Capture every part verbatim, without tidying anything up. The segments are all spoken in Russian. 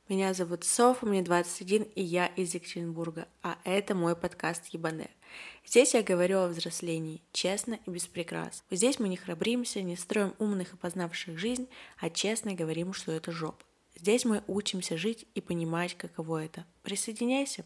Меня зовут Софа, мне двадцать один, и я из Екатеринбурга, а это мой подкаст «Ебане». Здесь я говорю о взрослении, честно и без прикрас. Здесь мы не храбримся, не строим умных и познавших жизнь, а честно говорим, что это жопа. Здесь мы учимся жить и понимать, каково это. Присоединяйся!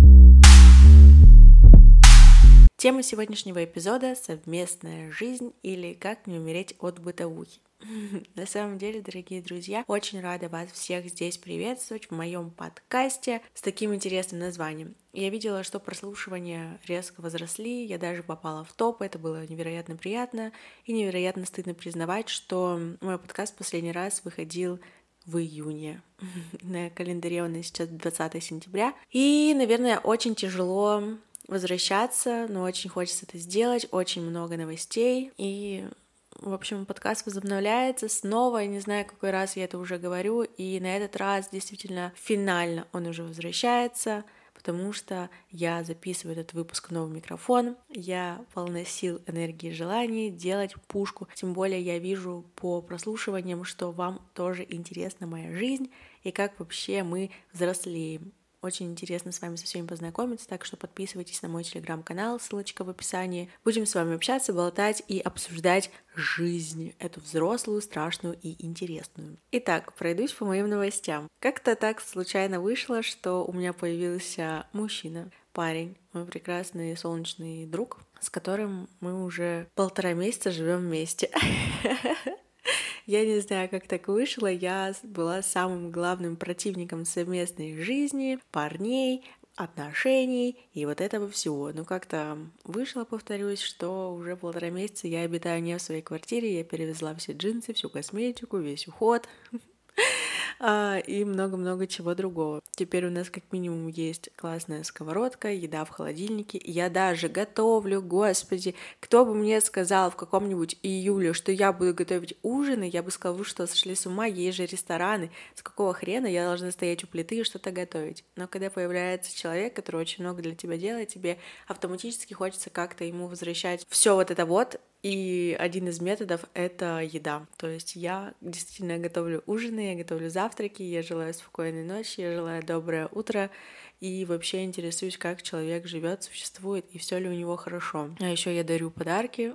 Тема сегодняшнего эпизода — совместная жизнь или как не умереть от бытовухи. На самом деле, дорогие друзья, очень рада вас всех здесь приветствовать в моем подкасте с таким интересным названием. Я видела, что прослушивания резко возросли, я даже попала в топ, это было невероятно приятно и невероятно стыдно признавать, что мой подкаст в последний раз выходил в июне. На календаре у нас сейчас двадцатое сентября. И, наверное, очень тяжело возвращаться, но очень хочется это сделать, очень много новостей. И, в общем, подкаст возобновляется снова, я не знаю, какой раз я это уже говорю, и на этот раз действительно финально он уже возвращается, потому что я записываю этот выпуск в новый микрофон, я полна сил, энергии, желаний делать пушку, тем более я вижу по прослушиваниям, что вам тоже интересна моя жизнь и как вообще мы взрослеем. Очень интересно с вами со всеми познакомиться, так что подписывайтесь на мой телеграм-канал, ссылочка в описании. Будем с вами общаться, болтать и обсуждать жизнь, эту взрослую, страшную и интересную. Итак, пройдусь по моим новостям. Как-то так случайно вышло, что у меня появился мужчина, парень, мой прекрасный солнечный друг, с которым мы уже полтора месяца живем вместе. Я не знаю, как так вышло, я была самым главным противником совместной жизни, парней, отношений и вот этого всего. Ну как-то вышло, повторюсь, что уже полтора месяца я обитаю не в своей квартире, я перевезла все джинсы, всю косметику, весь уход и много-много чего другого. Теперь у нас как минимум есть классная сковородка, еда в холодильнике. Я даже готовлю, господи, кто бы мне сказал в каком-нибудь июле, что я буду готовить ужины, я бы сказала, вы что, сошли с ума, есть же рестораны, с какого хрена я должна стоять у плиты и что-то готовить. Но когда появляется человек, который очень много для тебя делает, тебе автоматически хочется как-то ему возвращать все вот это вот. И один из методов — это еда. То есть я действительно готовлю ужины, я готовлю завтраки, я желаю спокойной ночи, я желаю доброе утро и вообще интересуюсь, как человек живет, существует и все ли у него хорошо. А еще я дарю подарки,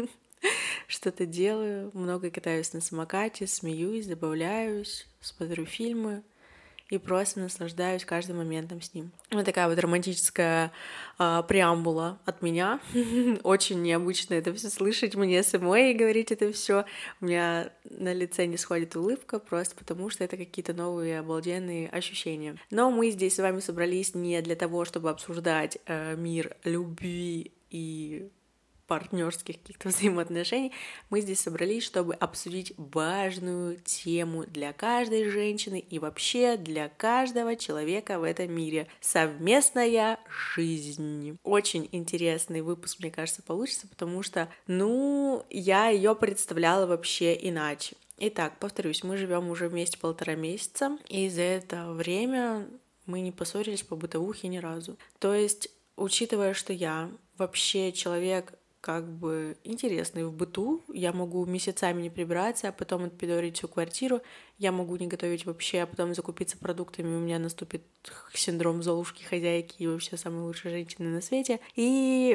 что-то делаю, много катаюсь на самокате, смеюсь, забавляюсь, смотрю фильмы и просто наслаждаюсь каждым моментом с ним. Вот такая вот романтическая э, преамбула от меня. Очень необычно это все слышать мне самой и говорить это все. У меня на лице не сходит улыбка, просто потому что это какие-то новые обалденные ощущения. Но мы здесь с вами собрались не для того, чтобы обсуждать э, мир любви и партнерских каких-то взаимоотношений, мы здесь собрались, чтобы обсудить важную тему для каждой женщины и вообще для каждого человека в этом мире. Совместная жизнь. Очень интересный выпуск, мне кажется, получится, потому что, ну, я ее представляла вообще иначе. Итак, повторюсь, мы живем уже вместе полтора месяца, и за это время мы не поссорились по бытовухе ни разу. То есть, учитывая, что я вообще человек как бы интересный в быту, я могу месяцами не прибираться, а потом отпидорить всю квартиру, я могу не готовить вообще, а потом закупиться продуктами, у меня наступит синдром золушки хозяйки и вообще самой лучшей женщины на свете. И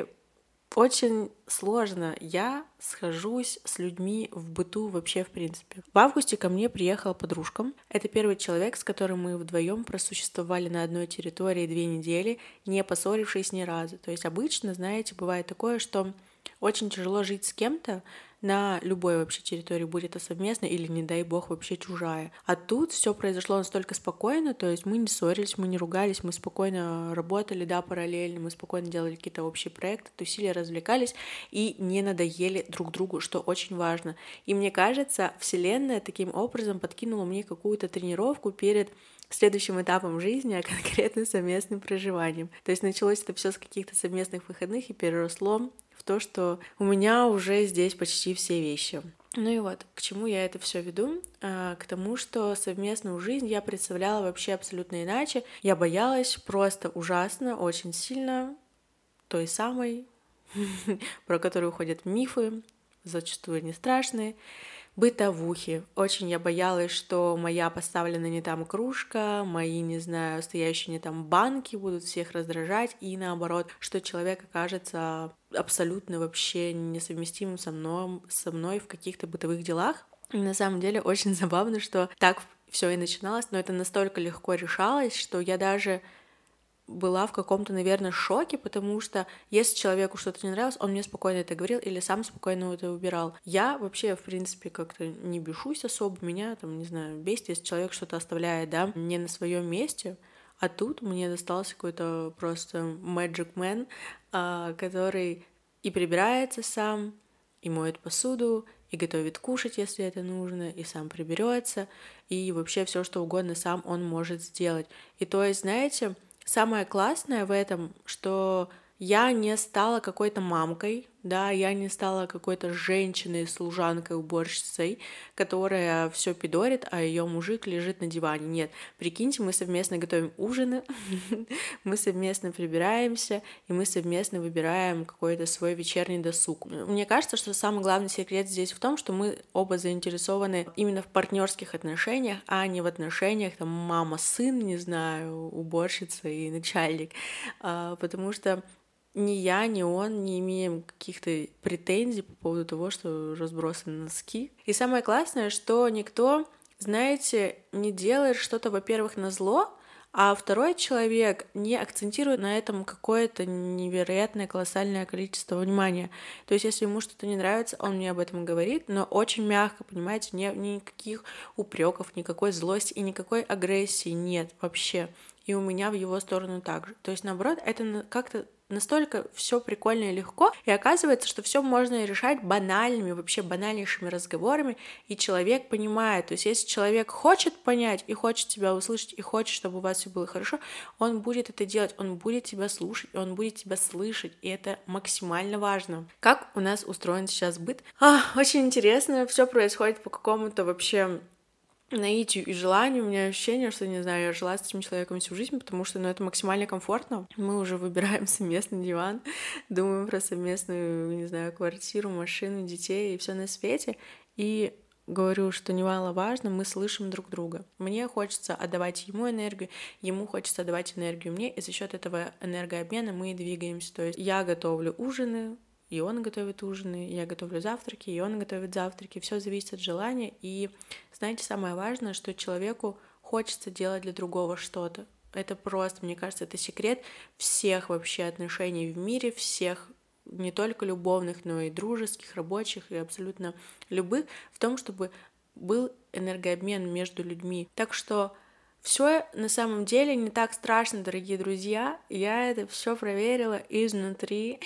очень сложно. Я схожусь с людьми в быту вообще в принципе. В августе ко мне приехала подружка. Это первый человек, с которым мы вдвоем просуществовали на одной территории две недели, не поссорившись ни разу. То есть обычно, знаете, бывает такое, что очень тяжело жить с кем-то на любой вообще территории, будет это совместно или, не дай бог, вообще чужая. А тут все произошло настолько спокойно, то есть мы не ссорились, мы не ругались, мы спокойно работали, да, параллельно, мы спокойно делали какие-то общие проекты, тусили, развлекались и не надоели друг другу, что очень важно. И мне кажется, Вселенная таким образом подкинула мне какую-то тренировку перед следующим этапом жизни, а конкретно совместным проживанием. То есть началось это все с каких-то совместных выходных и переросло в то, что у меня уже здесь почти все вещи. Ну и вот, к чему я это все веду? А, к тому, что совместную жизнь я представляла вообще абсолютно иначе. Я боялась просто ужасно, очень сильно той самой, про которую ходят мифы, зачастую не страшные. бытовухи. Очень я боялась, что моя поставлена не там кружка, мои, не знаю, стоящие не там банки будут всех раздражать, и наоборот, что человек окажется абсолютно вообще несовместимым со мной, со мной в каких-то бытовых делах. И на самом деле очень забавно, что так все и начиналось, но это настолько легко решалось, что я даже была в каком-то, наверное, шоке, потому что если человеку что-то не нравилось, он мне спокойно это говорил или сам спокойно это убирал. Я вообще, в принципе, как-то не бешусь особо, меня там, не знаю, бесит, если человек что-то оставляет, да, не на своем месте, а тут мне достался какой-то просто magic man, который и прибирается сам, и моет посуду, и готовит кушать, если это нужно, и сам приберется, и вообще все что угодно сам он может сделать. И то есть, знаете, самое классное в этом, что я не стала какой-то мамкой, да, я не стала какой-то женщиной, служанкой, уборщицей, которая все пидорит, а ее мужик лежит на диване. Нет, прикиньте, мы совместно готовим ужины, мы совместно прибираемся, и мы совместно выбираем какой-то свой вечерний досуг. Мне кажется, что самый главный секрет здесь в том, что мы оба заинтересованы именно в партнерских отношениях, а не в отношениях там мама-сын, не знаю, уборщица и начальник, потому что ни я, ни он не имеем каких-то претензий по поводу того, что разбросаны носки. И самое классное, что никто, знаете, не делает что-то, во-первых, назло, а второй человек не акцентирует на этом какое-то невероятное колоссальное количество внимания. То есть, если ему что-то не нравится, он мне об этом говорит, но очень мягко, понимаете, не, никаких упреков, никакой злости и никакой агрессии нет вообще. И у меня в его сторону также. То есть, наоборот, это как-то настолько все прикольно и легко, и оказывается, что все можно решать банальными, вообще банальнейшими разговорами, и человек понимает. То есть если человек хочет понять и хочет тебя услышать, и хочет, чтобы у вас все было хорошо, он будет это делать, он будет тебя слушать, и он будет тебя слышать, и это максимально важно. Как у нас устроен сейчас быт? А, очень интересно, все происходит по какому-то вообще наитию и желанию. У меня ощущение, что, не знаю, я жила с этим человеком всю жизнь, потому что, ну, это максимально комфортно. Мы уже выбираем совместный диван, думаем про совместную, не знаю, квартиру, машину, детей и все на свете. И говорю, что немаловажно, мы слышим друг друга. Мне хочется отдавать ему энергию, ему хочется отдавать энергию мне, и за счет этого энергообмена мы и двигаемся. То есть я готовлю ужины, и он готовит ужины, я готовлю завтраки, и он готовит завтраки. Все зависит от желания. И знаете, самое важное, что человеку хочется делать для другого что-то. Это просто, мне кажется, это секрет всех вообще отношений в мире, всех не только любовных, но и дружеских, рабочих и абсолютно любых, в том, чтобы был энергообмен между людьми. Так что все на самом деле не так страшно, дорогие друзья. Я это все проверила изнутри.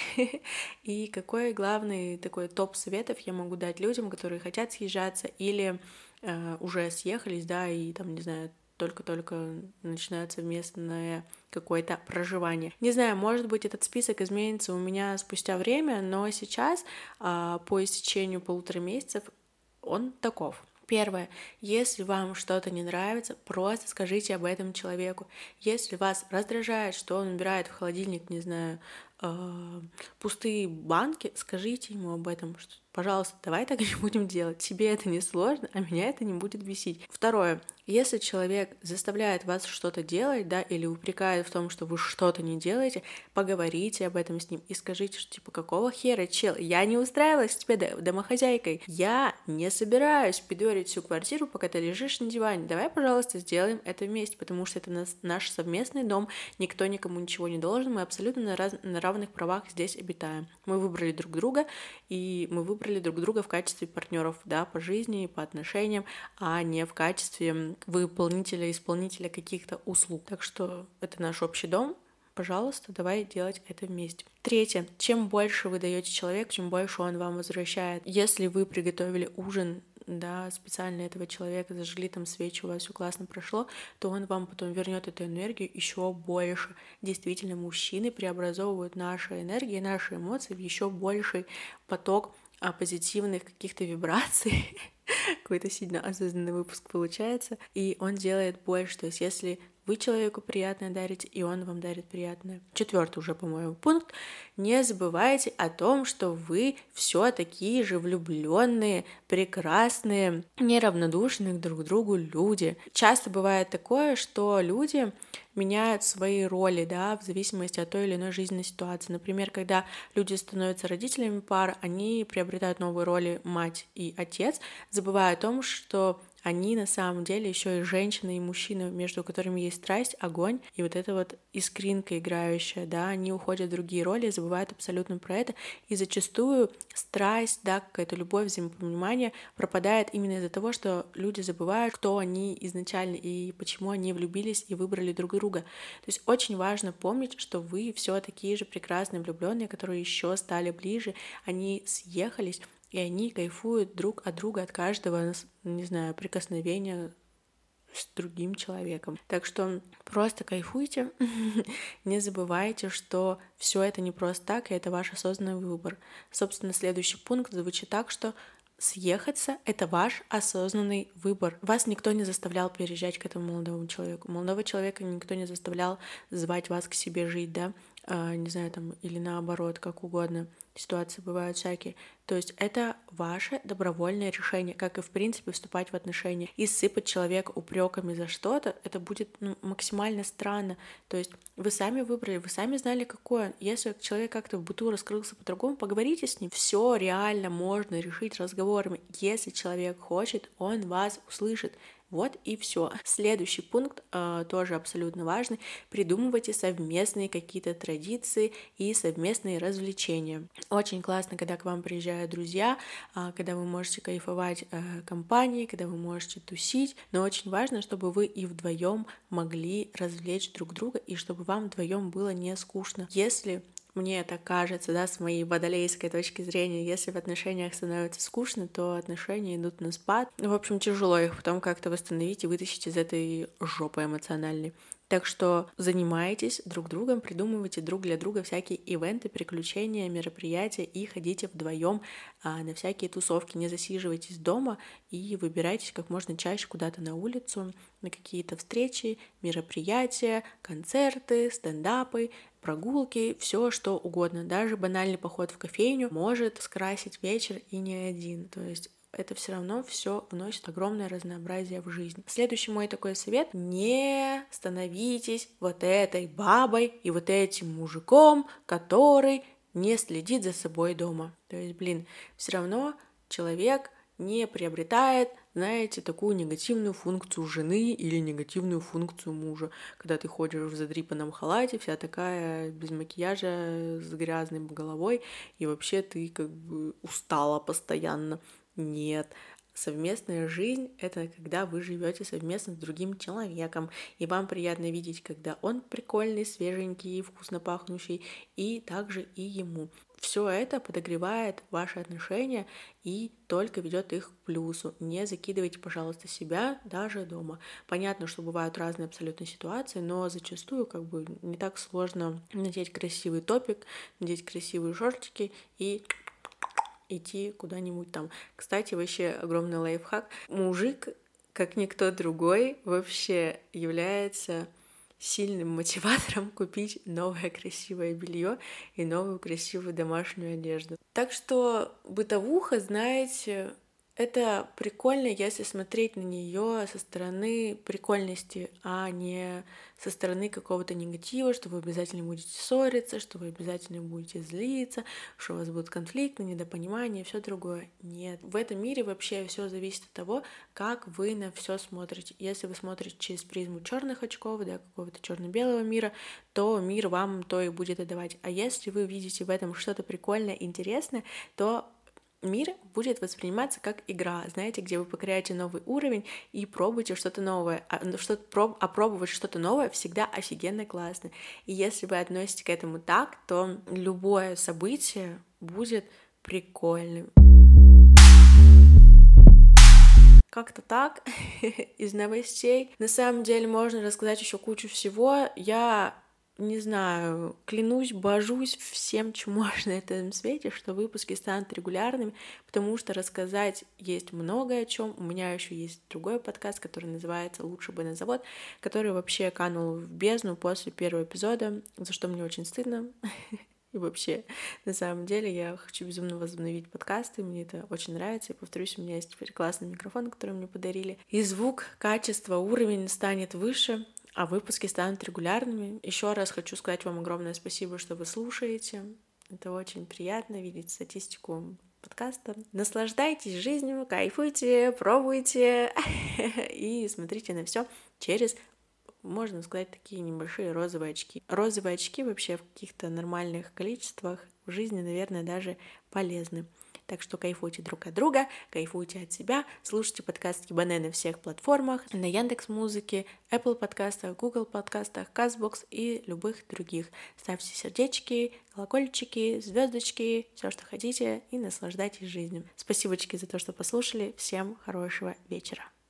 И какой главный такой топ советов я могу дать людям, которые хотят съезжаться или э, уже съехались, да, и там, не знаю, только-только начинает совместное какое-то проживание. Не знаю, может быть, этот список изменится у меня спустя время, но сейчас, э, по истечению полутора месяцев, он таков. Первое. Если вам что-то не нравится, просто скажите об этом человеку. Если вас раздражает, что он убирает в холодильник, не знаю, э, пустые банки, скажите ему об этом, что, пожалуйста, давай так не будем делать. Тебе это не сложно, а меня это не будет бесить. Второе. Если человек заставляет вас что-то делать, да, или упрекает в том, что вы что-то не делаете, поговорите об этом с ним и скажите, что типа, какого хера, чел, я не устраивалась тебе домохозяйкой, я не собираюсь пидорить всю квартиру, пока ты лежишь на диване, давай, пожалуйста, сделаем это вместе, потому что это наш совместный дом, никто никому ничего не должен, мы абсолютно на, раз... на равных правах здесь обитаем. Мы выбрали друг друга, и мы выбрали друг друга в качестве партнеров, да, по жизни, по отношениям, а не в качестве выполнителя, исполнителя каких-то услуг. Так что это наш общий дом. Пожалуйста, давай делать это вместе. Третье. Чем больше вы даете человеку, чем больше он вам возвращает. Если вы приготовили ужин, да, специально этого человека, зажгли там свечи, у вас все классно прошло, то он вам потом вернет эту энергию еще больше. Действительно, мужчины преобразовывают наши энергии, наши эмоции в еще больший поток позитивных каких-то вибраций. Какой-то сильно осознанный выпуск получается. И он делает больше. То есть если вы вы человеку приятное дарите, и он вам дарит приятное. Четвертый уже, по-моему, пункт. Не забывайте о том, что вы все такие же влюбленные, прекрасные, неравнодушные друг к другу люди. Часто бывает такое, что люди меняют свои роли, да, в зависимости от той или иной жизненной ситуации. Например, когда люди становятся родителями пар, они приобретают новые роли мать и отец, забывая о том, что они на самом деле еще и женщина и мужчина, между которыми есть страсть, огонь и вот эта вот искринка играющая, да, они уходят в другие роли, забывают абсолютно про это, и зачастую страсть, да, какая-то любовь, взаимопонимание пропадает именно из-за того, что люди забывают, кто они изначально и почему они влюбились и выбрали друг друга. То есть очень важно помнить, что вы все такие же прекрасные влюбленные, которые еще стали ближе, они съехались, и они кайфуют друг от друга, от каждого, не знаю, прикосновения с другим человеком. Так что просто кайфуйте, не забывайте, что все это не просто так, и это ваш осознанный выбор. Собственно, следующий пункт звучит так, что съехаться — это ваш осознанный выбор. Вас никто не заставлял переезжать к этому молодому человеку. Молодого человека никто не заставлял звать вас к себе жить, да, а, не знаю, там, или наоборот, как угодно. Ситуации бывают всякие. То есть это ваше добровольное решение, как и, в принципе, вступать в отношения. И сыпать человека упреками за что-то, это будет, ну, максимально странно. То есть вы сами выбрали, вы сами знали, какой он. Если человек как-то в быту раскрылся по-другому, поговорите с ним. Все реально можно решить разговорами. Если человек хочет, он вас услышит. Вот и все. Следующий пункт э, тоже абсолютно важный. Придумывайте совместные какие-то традиции и совместные развлечения. Очень классно, когда к вам приезжают друзья, э, когда вы можете кайфовать э, компанией, когда вы можете тусить. Но очень важно, чтобы вы и вдвоем могли развлечь друг друга, и чтобы вам вдвоем было не скучно. Если мне так кажется, да, с моей водолейской точки зрения, если в отношениях становится скучно, то отношения идут на спад. В общем, тяжело их потом как-то восстановить и вытащить из этой жопы эмоциональной. Так что занимайтесь друг другом, придумывайте друг для друга всякие ивенты, приключения, мероприятия и ходите вдвоем а, на всякие тусовки. Не засиживайтесь дома и выбирайтесь как можно чаще куда-то на улицу, на какие-то встречи, мероприятия, концерты, стендапы, прогулки, все что угодно. Даже банальный поход в кофейню может скрасить вечер, и не один. То есть это все равно все вносит огромное разнообразие в жизнь. Следующий мой такой совет: не становитесь вот этой бабой и вот этим мужиком, который не следит за собой дома. То есть, блин, все равно человек не приобретает, знаете, такую негативную функцию жены или негативную функцию мужа, когда ты ходишь в задрипанном халате, вся такая без макияжа, с грязной головой, и вообще ты как бы устала постоянно. Нет. Совместная жизнь — это когда вы живете совместно с другим человеком, и вам приятно видеть, когда он прикольный, свеженький, вкусно пахнущий, и также и ему. Все это подогревает ваши отношения и только ведет их к плюсу. Не закидывайте, пожалуйста, себя даже дома. Понятно, что бывают разные абсолютно ситуации, но зачастую как бы не так сложно надеть красивый топик, надеть красивые шортики и идти куда-нибудь там. Кстати, вообще огромный лайфхак. Мужик, как никто другой, вообще является сильным мотиватором купить новое красивое белье и новую красивую домашнюю одежду. Так что бытовуха, знаете, это прикольно, если смотреть на нее со стороны прикольности, а не со стороны какого-то негатива, что вы обязательно будете ссориться, что вы обязательно будете злиться, что у вас будут конфликты, недопонимания и все другое. Нет. В этом мире вообще все зависит от того, как вы на все смотрите. Если вы смотрите через призму черных очков, да, какого-то черно-белого мира, то мир вам то и будет отдавать. А если вы видите в этом что-то прикольное, интересное, то мир будет восприниматься как игра, знаете, где вы покоряете новый уровень и пробуете что-то новое. А, что-то, проб, а пробовать что-то новое всегда офигенно классно. И если вы относитесь к этому так, то любое событие будет прикольным. Как-то так из новостей. На самом деле можно рассказать еще кучу всего. Я не знаю, клянусь, божусь всем, чем можно на этом свете, что выпуски станут регулярными, потому что рассказать есть много о чем. У меня еще есть другой подкаст, который называется «Лучше бы на завод», который вообще канул в бездну после первого эпизода, за что мне очень стыдно. И вообще, на самом деле, я хочу безумно возобновить подкасты, мне это очень нравится. И, повторюсь, у меня есть теперь классный микрофон, который мне подарили. И звук, качество, уровень станет выше, а выпуски станут регулярными. Еще раз хочу сказать вам огромное спасибо, что вы слушаете. Это очень приятно видеть статистику подкаста. Наслаждайтесь жизнью, кайфуйте, пробуйте и смотрите на все через, можно сказать, такие небольшие розовые очки. Розовые очки вообще в каких-то нормальных количествах в жизни, наверное, даже полезны. Так что кайфуйте друг от друга, кайфуйте от себя, слушайте подкаст Ебане на всех платформах, на Яндекс.Музыке, Apple подкастах, Google подкастах, Castbox и любых других. Ставьте сердечки, колокольчики, звездочки, все, что хотите, и наслаждайтесь жизнью. Спасибо за то, что послушали. Всем хорошего вечера.